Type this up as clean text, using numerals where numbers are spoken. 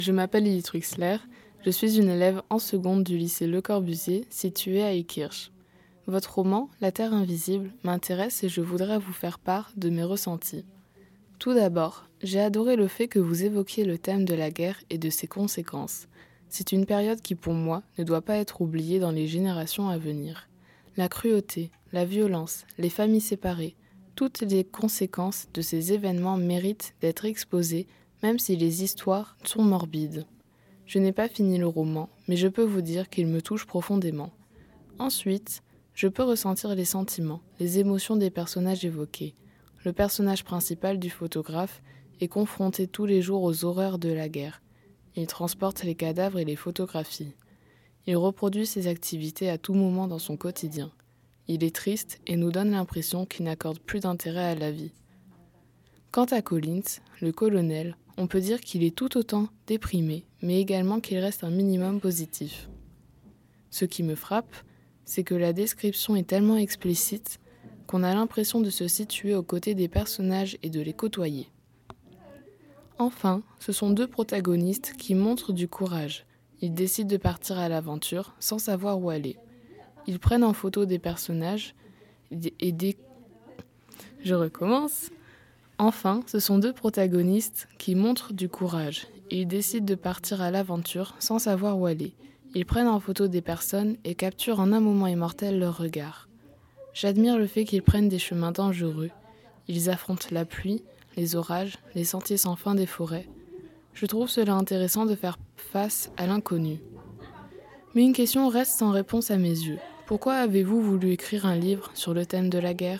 Je m'appelle Lily Truxler, je suis une élève en seconde du lycée Le Corbusier, situé à Eekirch. Votre roman, La Terre invisible, m'intéresse et je voudrais vous faire part de mes ressentis. Tout d'abord, j'ai adoré le fait que vous évoquiez le thème de la guerre et de ses conséquences. C'est une période qui, pour moi, ne doit pas être oubliée dans les générations à venir. La cruauté, la violence, les familles séparées, toutes les conséquences de ces événements méritent d'être exposées, même si les histoires sont morbides. Je n'ai pas fini le roman, mais je peux vous dire qu'il me touche profondément. Ensuite, je peux ressentir les sentiments, les émotions des personnages évoqués. Le personnage principal du photographe est confronté tous les jours aux horreurs de la guerre. Il transporte les cadavres et les photographies. Il reproduit ses activités à tout moment dans son quotidien. Il est triste et nous donne l'impression qu'il n'accorde plus d'intérêt à la vie. Quant à Collins, le colonel, on peut dire qu'il est tout autant déprimé, mais également qu'il reste un minimum positif. Ce qui me frappe, c'est que la description est tellement explicite qu'on a l'impression de se situer aux côtés des personnages et de les côtoyer. Enfin, ce sont deux protagonistes qui montrent du courage. Ils décident de partir à l'aventure sans savoir où aller. Ils prennent en photo des personnages et des... Je recommence. Enfin, ce sont deux protagonistes qui montrent du courage. Ils décident de partir à l'aventure sans savoir où aller. Ils prennent en photo des personnes et capturent en un moment immortel leur regard. J'admire le fait qu'ils prennent des chemins dangereux. Ils affrontent la pluie, les orages, les sentiers sans fin des forêts. Je trouve cela intéressant de faire face à l'inconnu. Mais une question reste sans réponse à mes yeux. Pourquoi avez-vous voulu écrire un livre sur le thème de la guerre ?